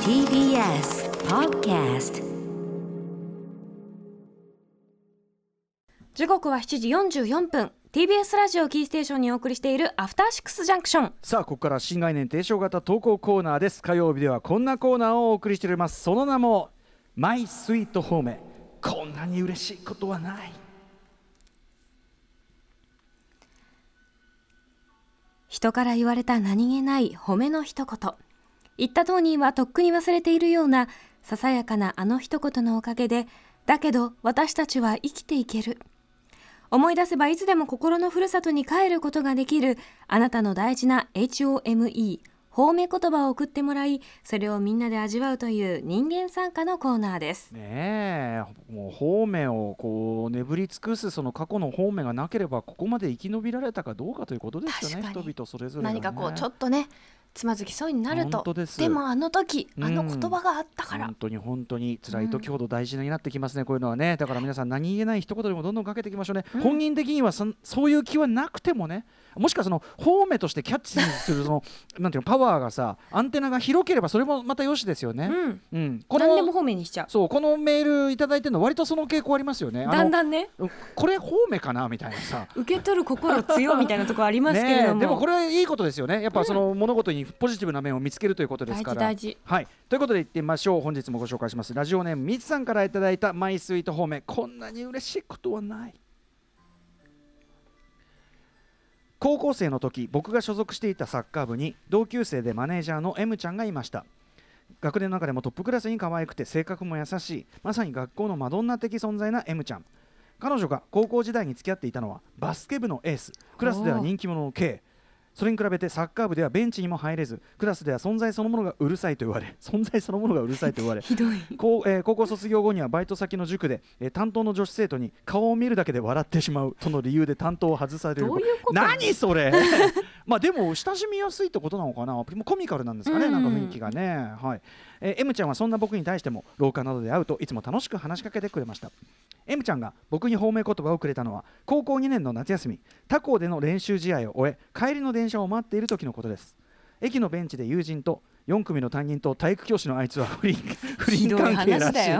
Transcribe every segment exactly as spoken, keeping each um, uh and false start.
ティービーエス Podcast。 時刻はしちじよんじゅうよんぷん。 ティービーエス ラジオキーステーションにお送りしているアフターシックスジャンクション。 さあここから新概念提唱型投稿コーナーです。火曜日ではこんなコーナーをお送りしております。その名もマイスイートホーム。こんなに嬉しいことはない。 人から言われた何気ない褒めの一言。言った当人はとっくに忘れているようなささやかなあの一言のおかげで、だけど私たちは生きていける。思い出せばいつでも心のふるさとに帰ることができる、あなたの大事な ホーム、褒め言葉を送ってもらい、それをみんなで味わうという人間参加のコーナーです。 ねえ、もう褒めをこう眠り尽くすその過去の褒めがなければここまで生き延びられたかどうかということですよね。人々それぞれがね、 何かこうちょっとねつまずきそうになると、 本当です。 でもあの時あの言葉があったから、 本当に本当に辛い時ほど大事になってきますね、うん、こういうのはね。だから皆さん何気ない一言でもどんどんかけていきましょうね、うん、本人的には そ, そういう気はなくてもね、もしくはその褒めとしてキャッチするそのなんていうのパワーがさ、アンテナが広ければそれもまたよしですよね、 うんうん、 この何でも褒めにしちゃう。 そうこのメールいただいてるの割とその傾向ありますよね。 だんだんね、 これ褒めかなみたいなさ、 受け取る心強みたいなところありますけれども、 ね、でもこれはいいことですよね。やっぱその物事にポジティブな面を見つけるということですから、 大事大事、 はい、ということでいってみましょう。本日もご紹介します。ラジオネームみつさんからいただいたマイスイート褒め。こんなに嬉しいことはない。高校生の時、僕が所属していたサッカー部に同級生でマネージャーの M ちゃんがいました。学年の中でもトップクラスに可愛くて性格も優しい、まさに学校のマドンナ的存在な M ちゃん。彼女が高校時代に付き合っていたのはバスケ部のエース、クラスでは人気者の K。それに比べてサッカー部ではベンチにも入れず、クラスでは存在そのものがうるさいと言われ存在そのものがうるさいと言われひどい。 高、えー、高校卒業後にはバイト先の塾で、えー、担当の女子生徒に顔を見るだけで笑ってしまうとの理由で担当を外される。 どういうこと？ 何それまあでも親しみやすいってことなのかな。コミカルなんですかね、なんか雰囲気がね、はい。えー、M ちゃんはそんな僕に対しても廊下などで会うといつも楽しく話しかけてくれました。 M ちゃんが僕に褒め言葉をくれたのは高校にねんの夏休み、他校での練習試合を終え帰りの電車を待っている時のことです。駅のベンチで友人とよん組の担任と体育教師のあいつは不倫不倫関係らしい。あ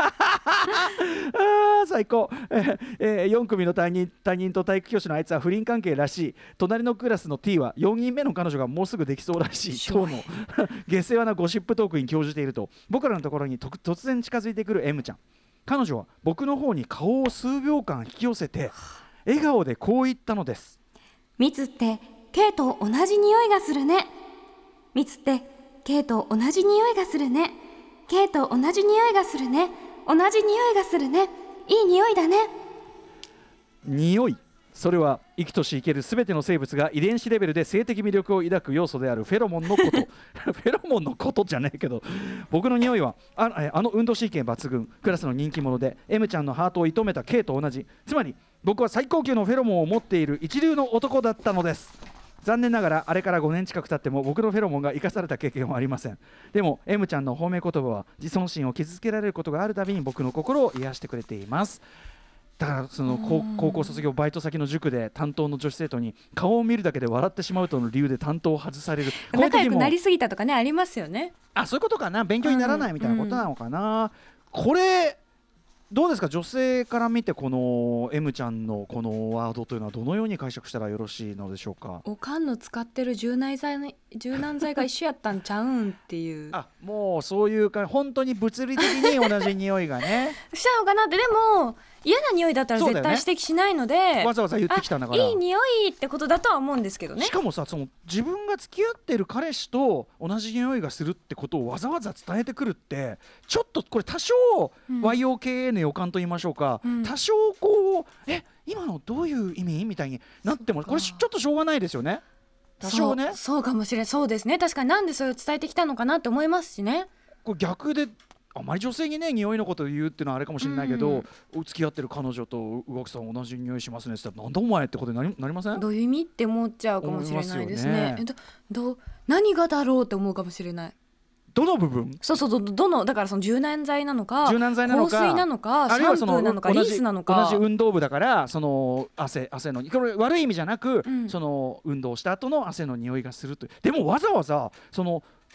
最高、えーえー、よん組の担任、担任と体育教師のあいつは不倫関係らしい。隣のクラスの T はよにんめの彼女がもうすぐできそうらしい等の下世話なゴシップトークに興じていると、僕らのところにと突然近づいてくる M ちゃん。彼女は僕の方に顔を数秒間引き寄せて笑顔でこう言ったのです。 ミツって K と同じ匂いがするね。ミツって K と同じ匂いがするね。 K と同じ匂いがするね。同じ匂いがするね。いい匂いだね。 匂い、それは生きとし生けるすべての生物が遺伝子レベルで性的魅力を抱く要素であるフェロモンのことフェロモンのことじゃねえけど、僕の匂いは あ, あの運動神経抜群クラスの人気者で M ちゃんのハートを射止めた K と同じ、つまり僕は最高級のフェロモンを持っている一流の男だったのです。残念ながらあれからごねん近く経っても僕のフェロモンが生かされた経験はありません。でも M ちゃんの褒め言葉は自尊心を傷つけられることがあるたびに僕の心を癒してくれています。だからその 高, 高校卒業バイト先の塾で担当の女子生徒に顔を見るだけで笑ってしまうとの理由で担当を外される。 仲良くなりすぎたとかね、ありますよね。 あ、そういうことかな。勉強にならないみたいなことなのかな、うん、これどうですか、女性から見てこの M ちゃんのこのワードというのはどのように解釈したらよろしいのでしょうか。 おかんの使ってる柔軟剤、柔軟剤が一緒やったんちゃうんっていうあ、もうそういうか本当に物理的に同じ匂いがねしちゃうのかなって。でも嫌な匂いだったら絶対指摘しないので、ね、 わざわざ言ってきたんだからいい匂いってことだとは思うんですけどね。 しかもさ、その自分が付き合ってる彼氏と同じ匂いがするってことをわざわざ伝えてくるってちょっとこれ多少 ワイオーケーエー の予感と言いましょうか、うん、多少こうえ今のどういう意味みたいになってもこれちょっとしょうがないですよね。多少ね。 そう、そうかもしれない。そうですね、確かになんでそれを伝えてきたのかなって思いますしね。 これ逆であまり女性にね匂いのことを言うっていうのはあれかもしれないけど、うん、付き合ってる彼女と宇垣さん同じ匂いしますねって言ったらなんだお前ってことにな り, なりません？ どういう意味って思っちゃうかもしれないですね。えどど何がだろうって思うかもしれない。 どの部分？ そうそう、ど, どのだからその柔軟剤なのか柔軟剤なのか香水なのかシャンプーなのかリースなのか。 同じ運動部だからその 汗, 汗のこれ悪い意味じゃなく、 うん、 その運動した後の汗の匂いがするという。でもわざわざその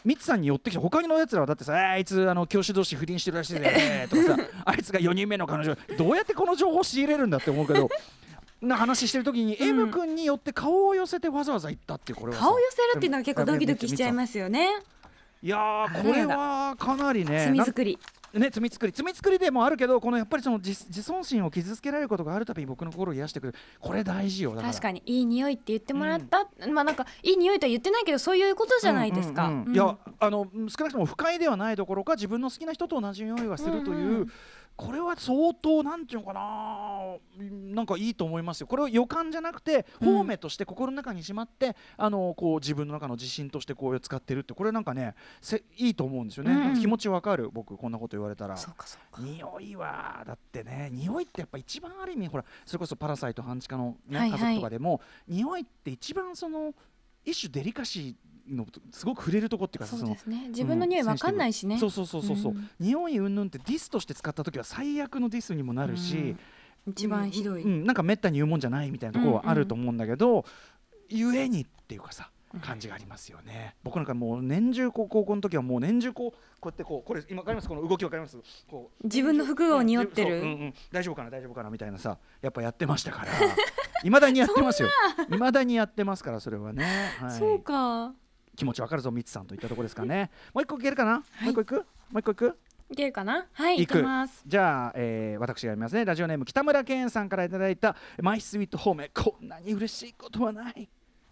ミツさんに寄ってきて他のやつらはだってさ、あいつあの教師同士不倫してるらしいねとかさあいつがよにんめの彼女どうやってこの情報仕入れるんだって思うけどな話してる時に、うん、M 君によって顔を寄せてわざわざ行ったっていうこれは顔を寄せるっていうのは結構ドキドキしちゃいますよね。 いやーこれはかなりね罪作りね、罪作り罪作りでもあるけどこのやっぱりその 自, 自尊心を傷つけられることがあるたびに僕の心を癒してくるこれ大事よ。だから確かにいい匂いって言ってもらった、うん、まあなんかいい匂いとは言ってないけどそういうことじゃないですか、うんうんうん、 いやあの少なくとも不快ではないどころか自分の好きな人と同じ匂いがするという、うんうん、これは相当なんていうのかななんかいいと思いますよ。これを予感じゃなくて方面として心の中にしまって、うん、あのこう自分の中の自信としてこう使ってるってこれなんかねせいいと思うんですよね、うん、気持ちわかる。僕こんなこと言われたらそうかそうか匂いはだってね匂いってやっぱ一番ある意味ほらそれこそパラサイト半地下の、ねはいはい、 家族とかでも匂いって一番その一種デリカシーのすごく触れるとこっていうかそうですね自分の匂い分かんないしね、 うん、そうそうそうそうそう、うん、匂い云々ってディスとして使った時は最悪のディスにもなるし、 うん、一番ひどい、 うん、なんかめったに言うもんじゃないみたいなところはあると思うんだけど、うんうん、ゆえにっていうかさ感じがありますよね、うん、僕なんかもう年中高校の時はもう年中こうこうやってこうこれ今わかりますこの動きわかりますこう自分の服を匂ってる、 うんうん、大丈夫かな大丈夫かなみたいなさやっぱやってましたから未だにやってますよ未だにやってますからそれはね、はい、 そうか気持ちわかるぞミツさんといったところですかねもう一個いけるかな、はい、もう一個いくもう一個いくいけるかなはいいきます。 じゃあ、えー、私が読みますね。ラジオネーム北村健さんからいただいたマイスイート方面こんなに嬉しいことはない。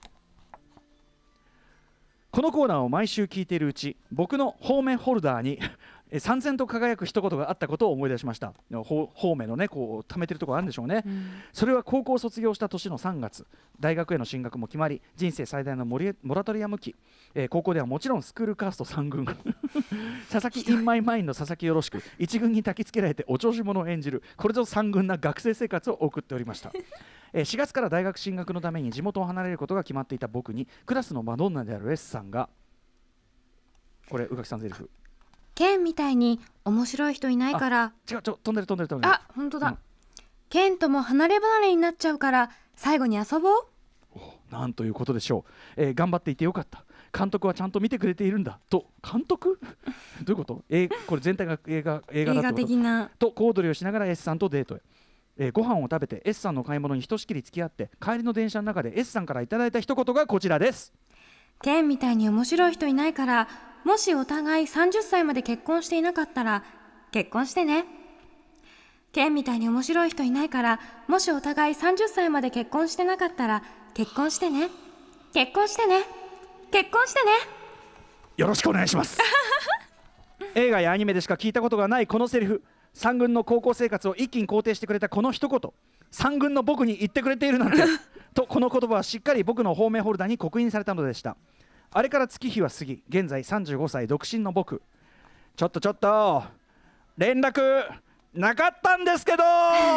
このコーナーを毎週聞いているうち僕の方面ホルダーに燦然と輝く一言があったことを思い出しました。方面のねこう貯めてるところあるんでしょうね、うん、それは高校卒業した年のさんがつ大学への進学も決まり人生最大のモリモラトリアム期、えー、高校ではもちろんスクールカーストさん軍佐々木インマイマインの佐々木よろしくいち軍に焚きつけられてお調子者を演じるこれぞさん軍な学生生活を送っておりましたしがつから大学進学のために地元を離れることが決まっていた僕にクラスのマドンナである S さんがこれ宇垣さんゼリフケンみたいに面白い人いないから違うちょ飛んでる飛んでる飛んでるあ本当だ、うん、ケンとも離れ離れになっちゃうから最後に遊ぼうおなんということでしょう、えー、頑張っていてよかった監督はちゃんと見てくれているんだと監督どういうこと、えー、これ全体が映画映画だってこと映画的なと小躍りをしながら S さんとデートへえー、ご飯を食べて S さんの買い物にひとしきり付き合って帰りの電車の中で S さんからいただいた一言がこちらです。 ケンみたいに面白い人いないからもしお互いさんじゅっさいまで結婚していなかったら結婚してね。ケンみたいに面白い人いないからもしお互いさんじゅっさいまで結婚してなかったら結婚してね結婚してね結婚してねよろしくお願いします映画やアニメでしか聞いたことがないこのセリフさん軍の高校生活を一気に肯定してくれたこの一言さん軍の僕に言ってくれているなんてとこの言葉はしっかり僕の方面ホルダーに刻印されたのでした。あれから月日は過ぎ現在さんじゅうごさい独身の僕ちょっとちょっと連絡なかったんですけど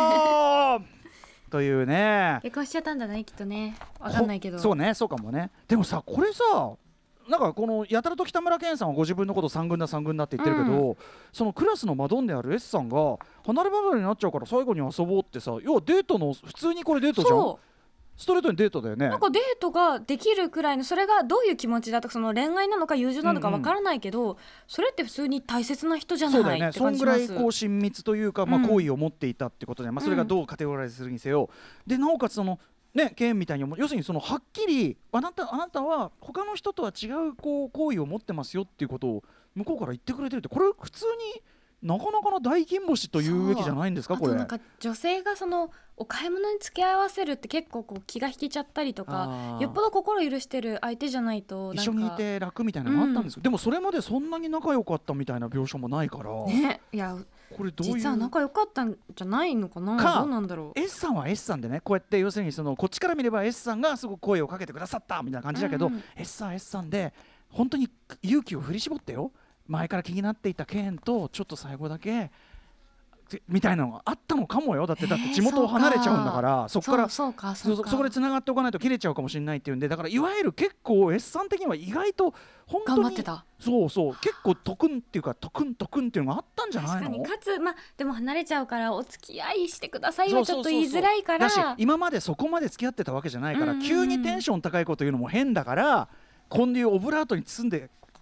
というね結婚しちゃったんだねきっとねわかんないけどそうねそうかもね。でもさこれさなんかこのやたらと北村健さんはご自分のことさん軍ださん軍だって言ってるけど、うん、そのクラスのマドンである S さんが離れ離れになっちゃうから最後に遊ぼうってさ要はデートの普通にこれデートじゃんストレートにデートだよね。 なんかデートができるくらいのそれがどういう気持ちだとかその恋愛なのか友情なのかわからないけど、うんうん、それって普通に大切な人じゃない。 そうだよね。そんぐらいこう親密というか、まあ、好意を持っていたってことで、うんまあ、それがどうカテゴライズするにせよ、うん、でなおかつそのね、ケンみたいに要するにそのはっきりあなた、あなたは他の人とは違うこう好意を持ってますよっていうことを向こうから言ってくれてるってこれ普通になかなかの大金星というべきじゃないんですかこれ。 あとなんか女性がそのお買い物に付き合わせるって結構こう気が引けちゃったりとかよっぽど心許してる相手じゃないとなんか一緒にいて楽みたいなのがあったんですけど、うん、でもそれまでそんなに仲良かったみたいな描写もないから、 ね、いやこれどういう実は仲良かったんじゃないのかなかどうなんだろう。 S さんは S さんでねこうやって要するにそのこっちから見れば S さんがすごく声をかけてくださったみたいな感じだけど、うんうん、S さん S さんで本当に勇気を振り絞ってよ前から気になっていたケンとちょっと最後だけみたいなのがあったのかもよ。だってだって地元を離れちゃうんだから、えー、そこからそこでつながっておかないと切れちゃうかもしれないっていうんでだからいわゆる結構 S さん的には意外と本当に頑張ってた。 そうそう結構トクンっていうかトクントクンっていうのがあったんじゃないの。 確かにかつ、まあ、でも離れちゃうからお付き合いしてくださいはちょっと言いづらいからだし今までそこまで付き合ってたわけじゃないから、うんうん、急にテンション高いこと言うのも変だからこういうオブラートに包んで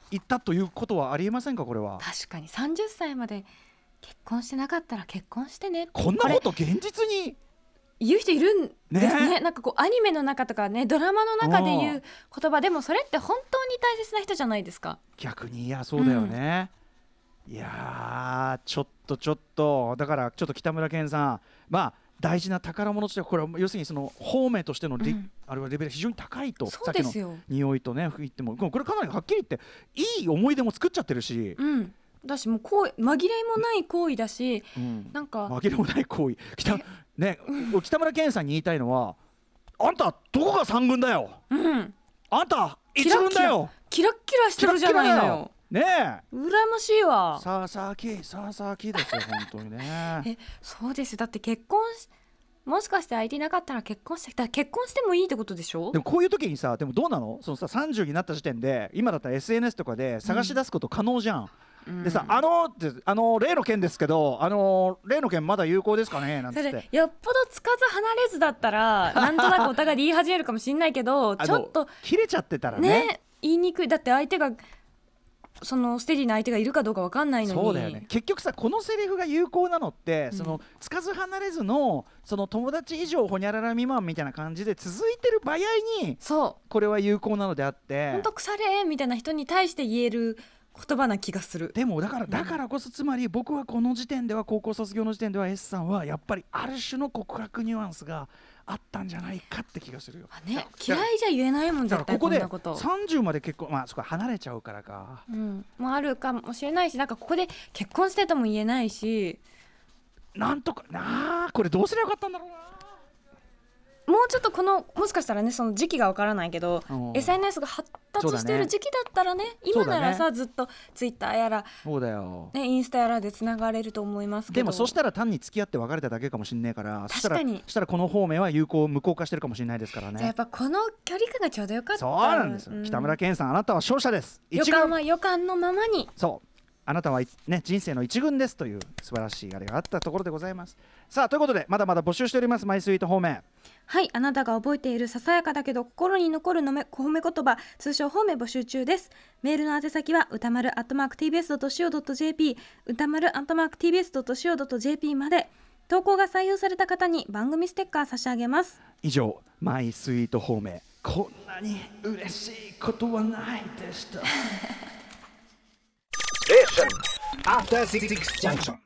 行ったということはありえませんかこれは。 確かにさんじゅっさいまで結婚してなかったら結婚してね、 こんなこと現実に言う人いるんですね。 ねなんかこうアニメの中とかね、ドラマの中で言う言葉でも、それって本当に大切な人じゃないですか。 逆にいやそうだよね、うん、いやちょっとちょっとだからちょっと北村健さん、まあ大事な宝物としてはこれは要するにその方面としての、うん、あれはレベル非常に高いと。 そうですよ。 さっきの匂いとね吹いてもこれかなりはっきり言っていい思い出も作っちゃってるし、 うん、だしもうこう紛れもない行為だし、 うん、 なんか紛れもない行為北、ねうん、北村健さんに言いたいのはあんたどこが三軍だよ、うん、あんた一軍だよ、 キラッキラしてるじゃないのよねえ、 羨ましいわ。 さあさあきさあさあきですよ本当にねえそうです。だって結婚しもしかして相手いなかったら結婚してたら結婚してもいいってことでしょ。 でもこういう時にさ、でもどうなのそのささんじゅうになった時点で今だったら エスエヌエス とかで探し出すこと可能じゃん、うん、でさ、あのってあの例の件ですけどあの例の件まだ有効ですかねなんて言って、 よっぽどつかず離れずだったらなんとなくお互いで言い始めるかもしれないけどちょっと切れちゃってたら ね, ね言いにくい。だって相手がそのステディな相手がいるかどうか分かんないのに。 そうだよね。結局さこのセリフが有効なのって、うん、そのつかず離れずのその友達以上ほにゃらら未満みたいな感じで続いてる場合にそうこれは有効なのであって、 ほんと腐れみたいな人に対して言える言葉な気がする。 でもだからだからこそ、つまり僕はこの時点では高校卒業の時点では S さんはやっぱりある種の告白ニュアンスがあったんじゃないかって気がするよ、 ね、嫌いじゃ言えないもん絶対こんなこと。 ここでさんじゅうまで結婚、まあそこ離れちゃうからか、 うん、もあるかもしれないし、なんかここで結婚してとも言えないし、 なんとかなあこれどうすればよかったんだろうな。 もうちょっとこのもしかしたらねその時期がわからないけど エスエヌエス が発達している時期だったら ね, ね今ならさ、ね、ずっとツイッターやらそうだよ、 ね、インスタやらでつながれると思いますけど、 でもそしたら単に付き合って別れただけかもしれないから、 確かにそしたらこの方面は有効無効化してるかもしれないですからね。 じゃあやっぱこの距離感がちょうどよかった。 そうなんですよ、うん、北村健さんあなたは勝者です。 予感は予感のままに。 そうあなたは、ね、人生の一軍ですという素晴らしいあれがあったところでございます。さあということでまだまだ募集しておりますマイスイート方面。 はい、あなたが覚えているささやかだけど心に残るのめ褒め言葉通称方面募集中です。メールの宛先は歌丸アットマーク ティービーエスドットシーオードットジェーピー 歌丸アットマーク ティービーエスドットシーオードットジェーピー まで。投稿が採用された方に番組ステッカー差し上げます。 以上マイスイート方面、こんなに嬉しいことはないでした。After Six Junction